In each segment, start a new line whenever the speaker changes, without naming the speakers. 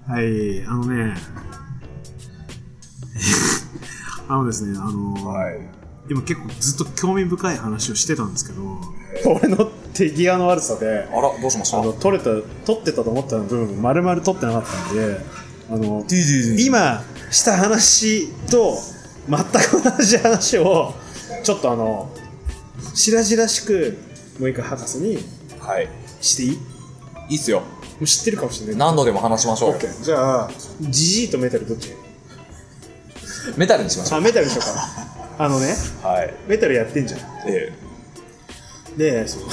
はい、ですね、
はい、
今結構ずっと興味深い話をしてたんですけど、俺の手際の悪さで、
あら、どうしました？
取ってたと思った部分丸々取ってなかったんで、今した話と全く同じ話をちょっと白々しくもう一回博士にしていい？
いいっすよ。も
う知ってるかもしれない。
何度でも話しましょう。
OK。じゃあジジイとメタルどっち？
メタルにしましょう。
メタルにしようか。
はい、
メタルやってんじゃん。で、そう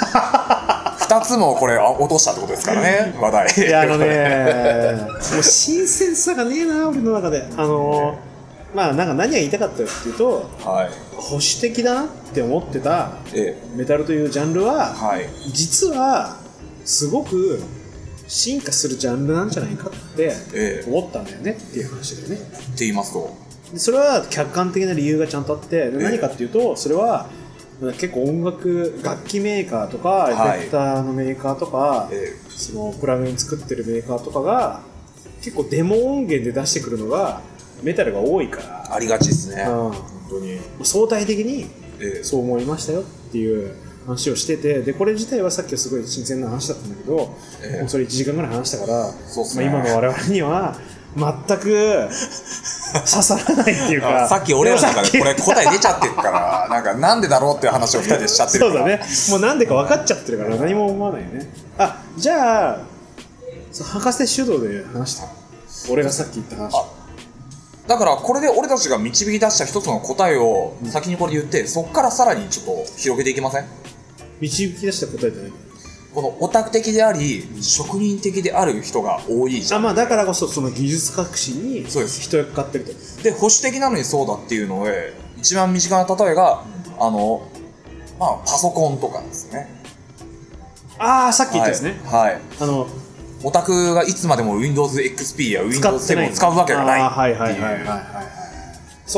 2つもこれ落としたってことですからね、話題。
いやもう新鮮さがねえな、俺の中で。なんか何が言いたかったかっていうと、保守的だなって思ってたメタルというジャンルは、実はすごく進化するジャンルなんじゃないかって思ったんだよねっていう話だよね。
って言いますと、
それは客観的な理由がちゃんとあって、何かっていうと、それは結構楽器メーカーとかエフェクターのメーカーとか、そのプラグイン作ってるメーカーとかが結構デモ音源で出してくるのがメタルが多いから
ありがちですね、本当に
相対的にそう思いましたよっていう話をしてて、でこれ自体はさっきはすごい新鮮な話だったんだけど、もうそれ1時間ぐらい話したから、今の我々には全く刺さらないっていうか
さっき俺らの中でこれ答え出ちゃってるからなんでだろうっていう話を2人でしちゃってるから
そうだね、もうなんでか分かっちゃってるから何も思わないよね。じゃあ博士主導で話した俺がさっき言った話
だからこれで俺たちが導き出した一つの答えを先にこれ言って、そこからさらにちょっと広げていきません？
導き出した答えって何？
このオタク的であり職人的である人が多いじゃん。
だからこそその技術革新に人がかかってると。
で保守的なのにそうだっていうので一番身近な例えがパソコンとかですね。
さっき言ったですね。
オタクがいつまでも Windows XP や Windows 7を使うわけがないっていう。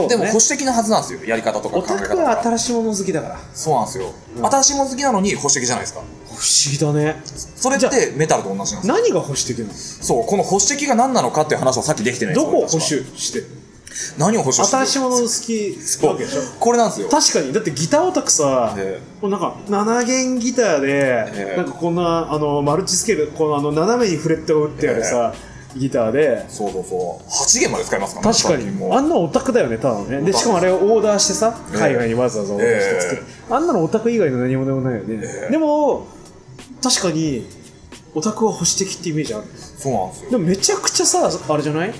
でも保守的なはずなんですよ、やり方とか考え方とか。
オタクは新しいもの好きだから。
そうなんですよ、新しいもの好きなのに保守的じゃないですか。
不思議だね。
それってメタルと同じなんですよ。
何が保守的なの？
そう、この保守的が何なのかっていう話はさっきできてないんですよ。
どこを保守してる？
何を保守してる？
新しいもの好きわけでしょ。
これなんですよ。
確かに。だってギターオタクさ、なんか7弦ギターで、なんかこんなマルチスケール、この斜めにフレットを打ってあるさ、ギターで、
そう8弦まで使いますから
ね。確かに。あんなオタクだよね、ただのね。でしかもあれをオーダーしてさ、海外にわざわざオーダーして作る。あんなのオタク以外の何もでもないよね。でも確かにオタクは保守的ってイメージある。
そうなんですよ。
でもめちゃくちゃさ、あれじゃない？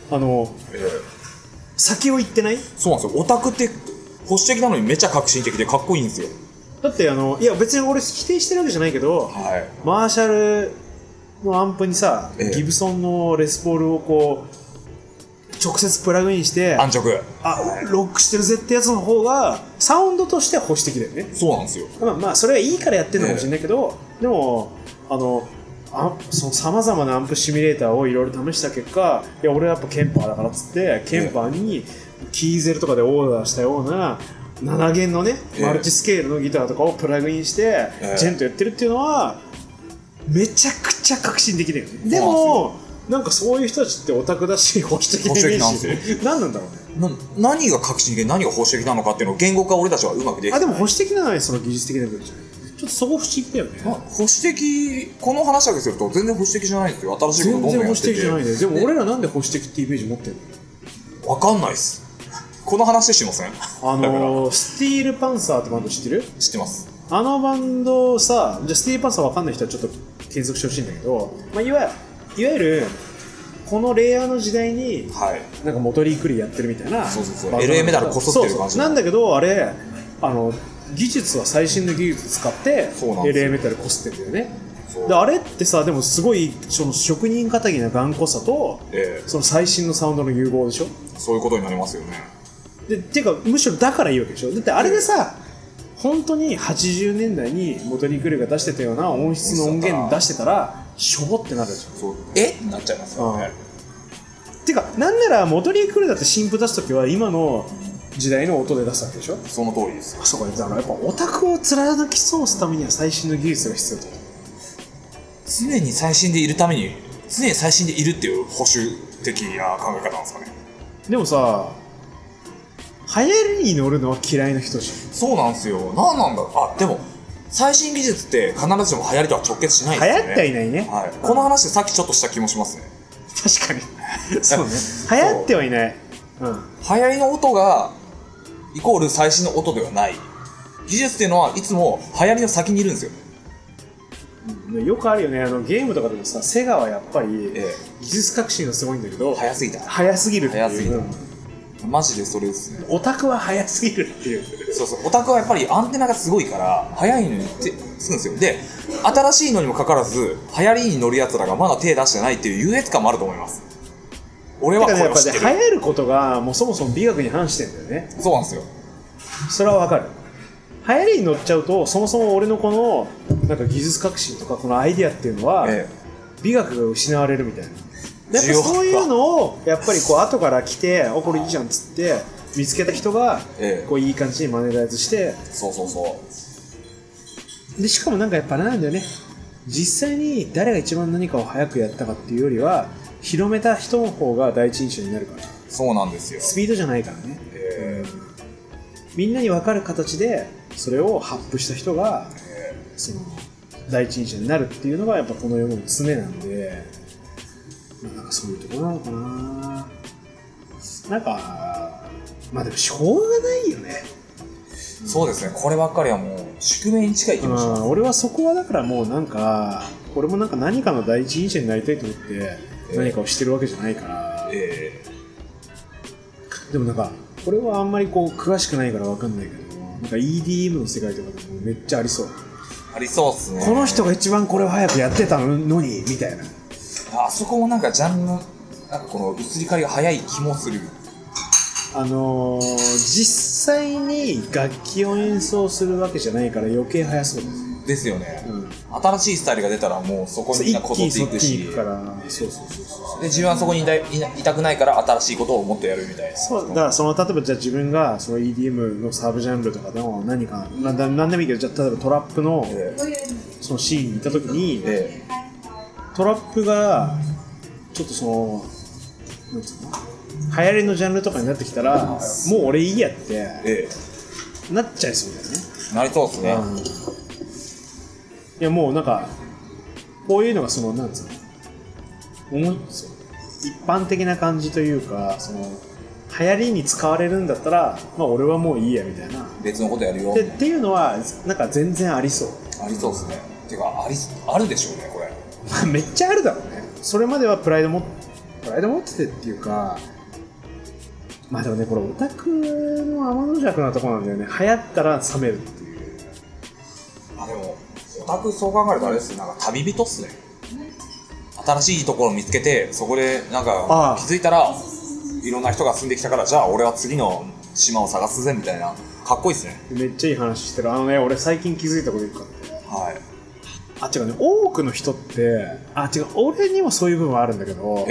先を言ってない？
そうなんですよ。オタクって保守的なのにめちゃ革新的でかっこいいんですよ。
だっていや別に俺否定してるわけじゃないけど、マーシャルのアンプにさ、ギブソンのレスポールをこう直接プラグインして
安直
ロックしてるぜってやつの方がサウンドとしては保守的だよね。
そうなんですよ。
それはいいからやってるのかもしれないけど、でもそのさまざまなアンプシミュレーターをいろいろ試した結果、いや俺はやっぱケンパーだからっつってケンパーにキーゼルとかでオーダーしたような7弦のね、マルチスケールのギターとかをプラグインしてジェンとやってるっていうのはめちゃくちゃ革新的だよね。でもなんかそういう人たちってオタクだし保守的なイメージ何なんだろうね。
何が革新的で何が保守的なのかっていうのを言語化俺たちはうまくできてない。
でも保守的なのはその技術的な部分じゃない。ちょっとそこ不思議だよね。
保守的、この話だけすると全然保守的じゃないんですよ。新しいことどんどんやってて。
全然保守的じゃないね。でも俺らなんで保守的ってイメージ持ってんの？
わかんないっす。この話しません？
スティールパンサーってバンド知ってる？知
ってます。
あのバンドさ、じゃあスティールパンサーわかんない人はちょっと検索してほしいんだけど、いわゆるこのレイヤーの時代に、なんかモトリークリーやってるみたいな、
LA メタルこすってる感じ
なんだけど、あれ技術は最新の技術使って LA メタルこすってるんだよね。であれってさ、でもすごいその職人かたぎな頑固さと、その最新のサウンドの融合でしょ。
そういうことになりますよね。
でっていうかむしろだからいいわけでしょ。だってあれでさ、本当に80年代にモトリークリーが出してたような音質の音源出してたらしょぼってなるでしょ。
ってなっちゃいますよね。
っていうかなんならモトリークリーだって新譜出すときは今の時代の音で出すわけでしょ。
その通りです。
そうか、だからやっぱオタクを貫き通すためには最新の技術が必要だと。
常に最新でいるために常に最新でいるっていう保守的な考え方なんですかね。
でもさ、流行りに乗るのは嫌いな人じゃん。
そうなんですよ。なんなんだろう。あ、でも最新技術って必ずしも流行りとは直結しないですよね。
流行ってはいないね。
はい。この話でさっきちょっとした気もしますね。
確かに。そうね。流行ってはいない。うん。
流行りの音がイコール最新の音ではない。技術っていうのはいつも流行りの先にいるんですよ。
よくあるよね。ゲームとかでもさ、セガはやっぱり技術革新がすごいんだけど、
早すぎた。
早すぎるっていう。
早すぎた。マジでそれですね。
オタクは早すぎるっていう。
そうそう。オタクはやっぱりアンテナがすごいから早いのにつくんですよ。で、新しいのにもかかわらず流行りに乗るやつらがまだ手出してないっていう優越感もあると思います。俺はこれを知ってる。
やっぱね、流行ることがもうそもそも美学に反してんだよね。
そうなんですよ。
それはわかる。流行りに乗っちゃうと、そもそも俺のこのなんか技術革新とかこのアイディアっていうのは、美学が失われるみたいな。やっぱそういうのをやっぱりこう後から来て、これいいじゃんっつって見つけた人がこういい感じにマネタイズして、
そうそうそう
でしかもなんかやっぱあれなんだよね。実際に誰が一番何かを早くやったかっていうよりは広めた人の方が第一印象になるから。
そうなんですよ。
スピードじゃないからね。みんなに分かる形でそれを発布した人がその第一印象になるっていうのがやっぱこの世の常なんで、なんかそういうところなのかな。なんかまあでもしょうがないよね。
そうですね。こればっかりはもう宿命に近い気もします。
俺はそこはだからもうなんか俺もなんか何かの第一印象になりたいと思って何かをしてるわけじゃないから、でもなんか俺はあんまりこう詳しくないから分かんないけど、なんか EDM の世界とかでもめっちゃありそう。
ありそうっすね。
この人が一番これを早くやってたのにみたいな。
あそこもなんかジャンルなんかこの移り変わりが早い気もする。
実際に楽器を演奏するわけじゃないから余計早そうです。
ですよね、新しいスタイルが出たらもうそこにみんなこぞっていくし、で自分はそこにいたくないから新しいことをもっとやるみたいな。
そうだから例えばじゃあ自分がその EDM のサブジャンルとかでも何か何でもいいけど、じゃあ例えばトラップのそのシーンにいた時に、トラップがちょっとそのなんつうの流行りのジャンルとかになってきたら、もう俺いいやって、なっちゃいそうだよね。
なりそうですね。
いやもうなんかこういうのがそのなんつうの一般的な感じというか、その流行りに使われるんだったら、まあ俺はもういいやみたいな。
別のことやるよ。
っていうのはなんか全然ありそう。
ありそうですね。てかあるでしょうねこれ。
めっちゃあるだろうね。それまではプライド持っててっていうか。まあでもね、これオタクの天の弱なところなんだよね。流行ったら冷めるっていう。
でもオタクそう考えるとあれですね、なんか旅人っすね。新しいところを見つけて、そこでなんか気づいたらいろんな人が住んできたから、じゃあ俺は次の島を探すぜみたいな。かっこいいっすね。
めっちゃいい話してる。俺最近気づいたこと言うかって。違うね、多くの人って俺にもそういう部分はあるんだけど、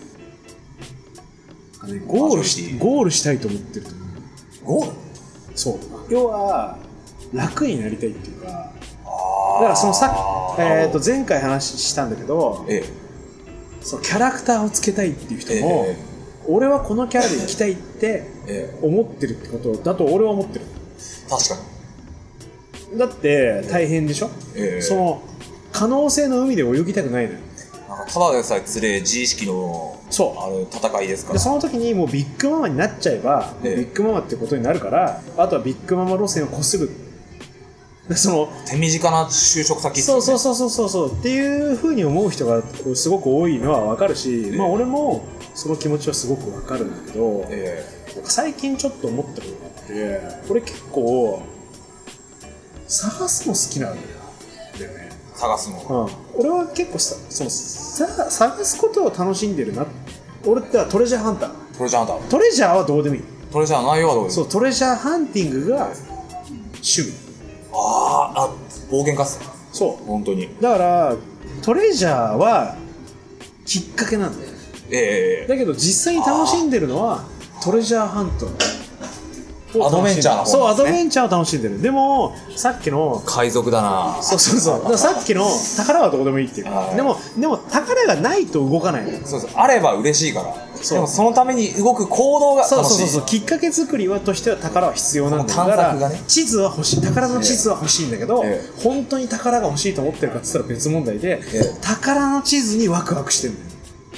ゴールしたいと思ってると思う。
ゴール？
そう。要は楽になりたいっていうか、だからその前回話したんだけど、そのキャラクターをつけたいっていう人も、俺はこのキャラで生きたいって思ってるってことだと俺は思ってる。
確か
に。だって大変でしょ、その可能性の海で泳ぎたくないのよ。
なんかただでさえつれ自意識の戦いですから。
でその時にもうビッグママになっちゃえば、ビッグママってことになるから、あとはビッグママ路線をこする。その
手短な就職先っすよね。
そうっていう風に思う人がすごく多いのは分かるし、まあ俺もその気持ちはすごく分かるんだけど、最近ちょっと思ったことがあって、俺結構探すの好きなんだよね。
探すの、
俺は結構探すことを楽しんでるな。俺ってトレジャーハンター。トレジャーはどうでもいい。
トレジャーの内容はどうでもいい。
そうトレジャーハンティングが趣味。
冒険家っすね。
そう
本当に。
だからトレジャーはきっかけなんだよ。だけど実際に楽しんでるのはトレジャーハント
アドベンチャーの方なんですね。
そう、アドベンチャーを楽しんでる。でもさっきの
海賊だな。
そうそうそう。だからさっきの宝はどこでもいいっていうか。でも宝がないと動かないの。
そうそう。あれば嬉しいから。でもそのために動く行動が楽しい。
そう。きっかけ作りはとしては宝は必要なんだ
探索がね。
地図は欲しい。宝の地図は欲しいんだけど、本当に宝が欲しいと思ってるかって言ったら別問題で、宝の地図にワクワクしてるんだよ。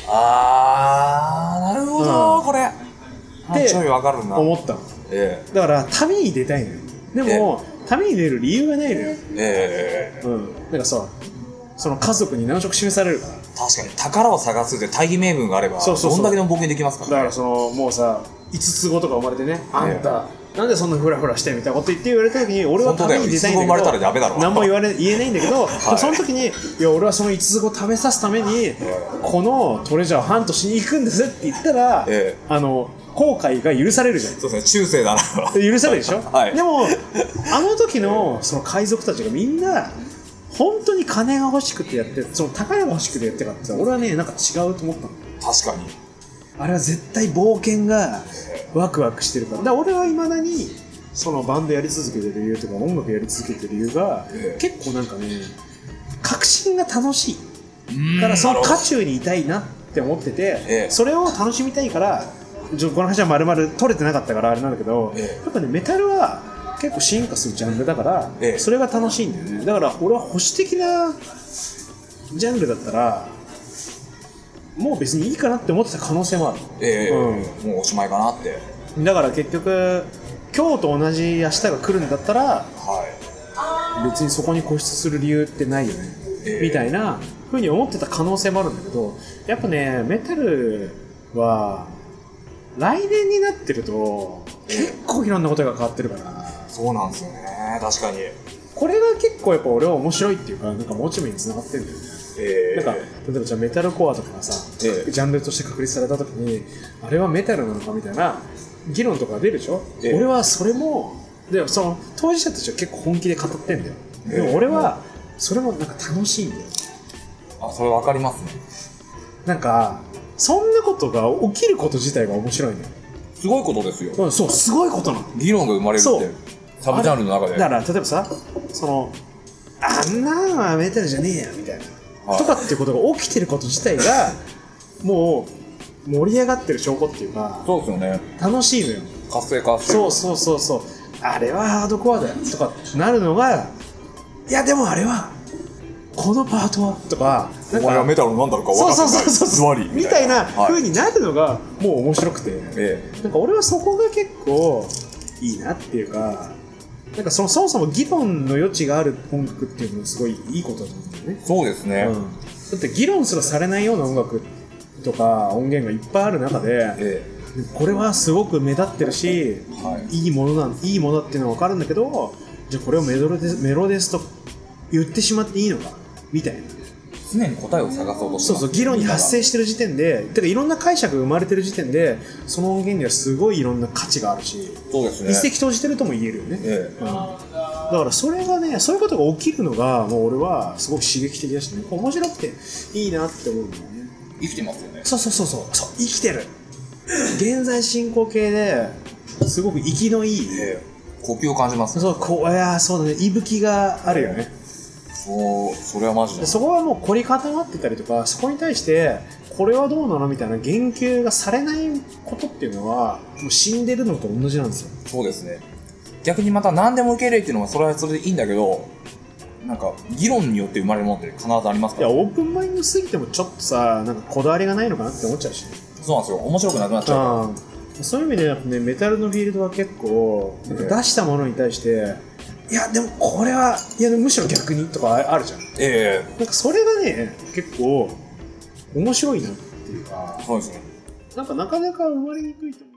なるほど、これ。
って
ちょいわかるな。
思ったの。だから旅に出たいのよ。でも旅に出る理由がないのよ。なんかさ、その家族に難色示されるから。
確かに宝を探すって大義名分があればどんだけでも冒険できますからね。
だからもうさ、5つ子とか生まれてね、あんたなんでそんなフラフラしてみたいなこと言われた時に、俺は旅に出たいんだけど何も言えないんだけど、その時にいや俺はその5つ子を食べさすためにこのトレジャーをハントしに行くんですって言ったら、後悔が許されるじゃん。
そうですね、中世だな。
許されるでしょ。でもあの時のその海賊たちがみんな本当に金が欲しくてやって、その宝が欲しくてやってかって俺はね、なんか違うと思ったの。
確かに
あれは絶対冒険がワクワクしてるから。だから俺はいまだにそのバンドやり続けてる理由とか音楽やり続けてる理由が、結構なんかね、確信が楽しいからその渦中にいたいなって思ってて、それを楽しみたいから。この話はまるまる取れてなかったからあれなんだけど、やっぱね、メタルは結構進化するジャンルだから、それが楽しいんだよね。だから俺は保守的なジャンルだったらもう別にいいかなって思ってた可能性もある。
もうおしまいかなって。
だから結局今日と同じ明日が来るんだったら、別にそこに固執する理由ってないよね、みたいな風に思ってた可能性もあるんだけど、やっぱね、メタルは来年になってると結構いろんなことが変わってるから。
そうなんですよね、確かに。
これが結構やっぱ俺は面白いっていうか、なんかモチベにつながってるんだよね。なんか例えばじゃあメタルコアとかがさ、ジャンルとして確立された時にあれはメタルなのかみたいな議論とか出るでしょ。俺はそれもでその当事者たちは結構本気で語ってんだよ。でも俺はそれもなんか楽しいんだよ。
それ分かりますね。
なんかそんなことが起きること自体が面白いんだよ。
すごいことですよ。
そう、すごいことなの。
議論が生まれるってサブジャンルの中で。
だから例えばさ、あんなのはメタルじゃねえやみたいな、とかっていうことが起きてること自体がもう盛り上がってる証拠っていうか。
そうですよね。
楽しいのよ。
活性化してる。
そうあれはハードコアだよとかなるのが、いやでもあれはこのパートはとか、
お前はメタルなんだろうか分かってない
そうみたいな風になるのがもう面白くて、なんか俺はそこが結構いいなっていうか、なんかそもそも議論の余地がある音楽っていうのはすごいいいことだと思うんだよね。
そうですね、
だって議論すらされないような音楽とか音源がいっぱいある中で、これはすごく目立ってるし、いいものっていうのは分かるんだけど、じゃあこれをメロデスと言ってしまっていいのかみたいな。
常に答えを探そうとしてます。
そう議論に発生してる時点で、てかいろんな解釈が生まれてる時点で、その音源にはすごいいろんな価値があるし、
そうですね、
一石投じてるとも言えるよね。だからそれがね、そういうことが起きるのがもう俺はすごく刺激的だしね、面白くていいなって思うんだよね。
生きてますよね。
そう生きてる。現在進行形ですごく息のいい、
呼吸を感じますね。
そうだね、息吹があるよね。
それはマジで。
そこはもう凝り固まってたりとか、そこに対してこれはどうなのみたいな言及がされないことっていうのはもう死んでるのと同じなんですよ。
そうですね。逆にまた何でも受け入れるっていうのはそれはそれでいいんだけど、なんか議論によって生まれるものって必ずありますから。
いや、オープンマインドすぎてもちょっとさ、なんかこだわりがないのかなって思っちゃうし。
そうなんですよ、面白くなくなっちゃう。
そういう意味ではね、メタルのフィールドは結構出したものに対して、いやでもこれはいやむしろ逆にとかあるじゃん。なんかそれがね結構面白いなっていうか。
そうですね。
なんかなかなか生まれにくいと思う。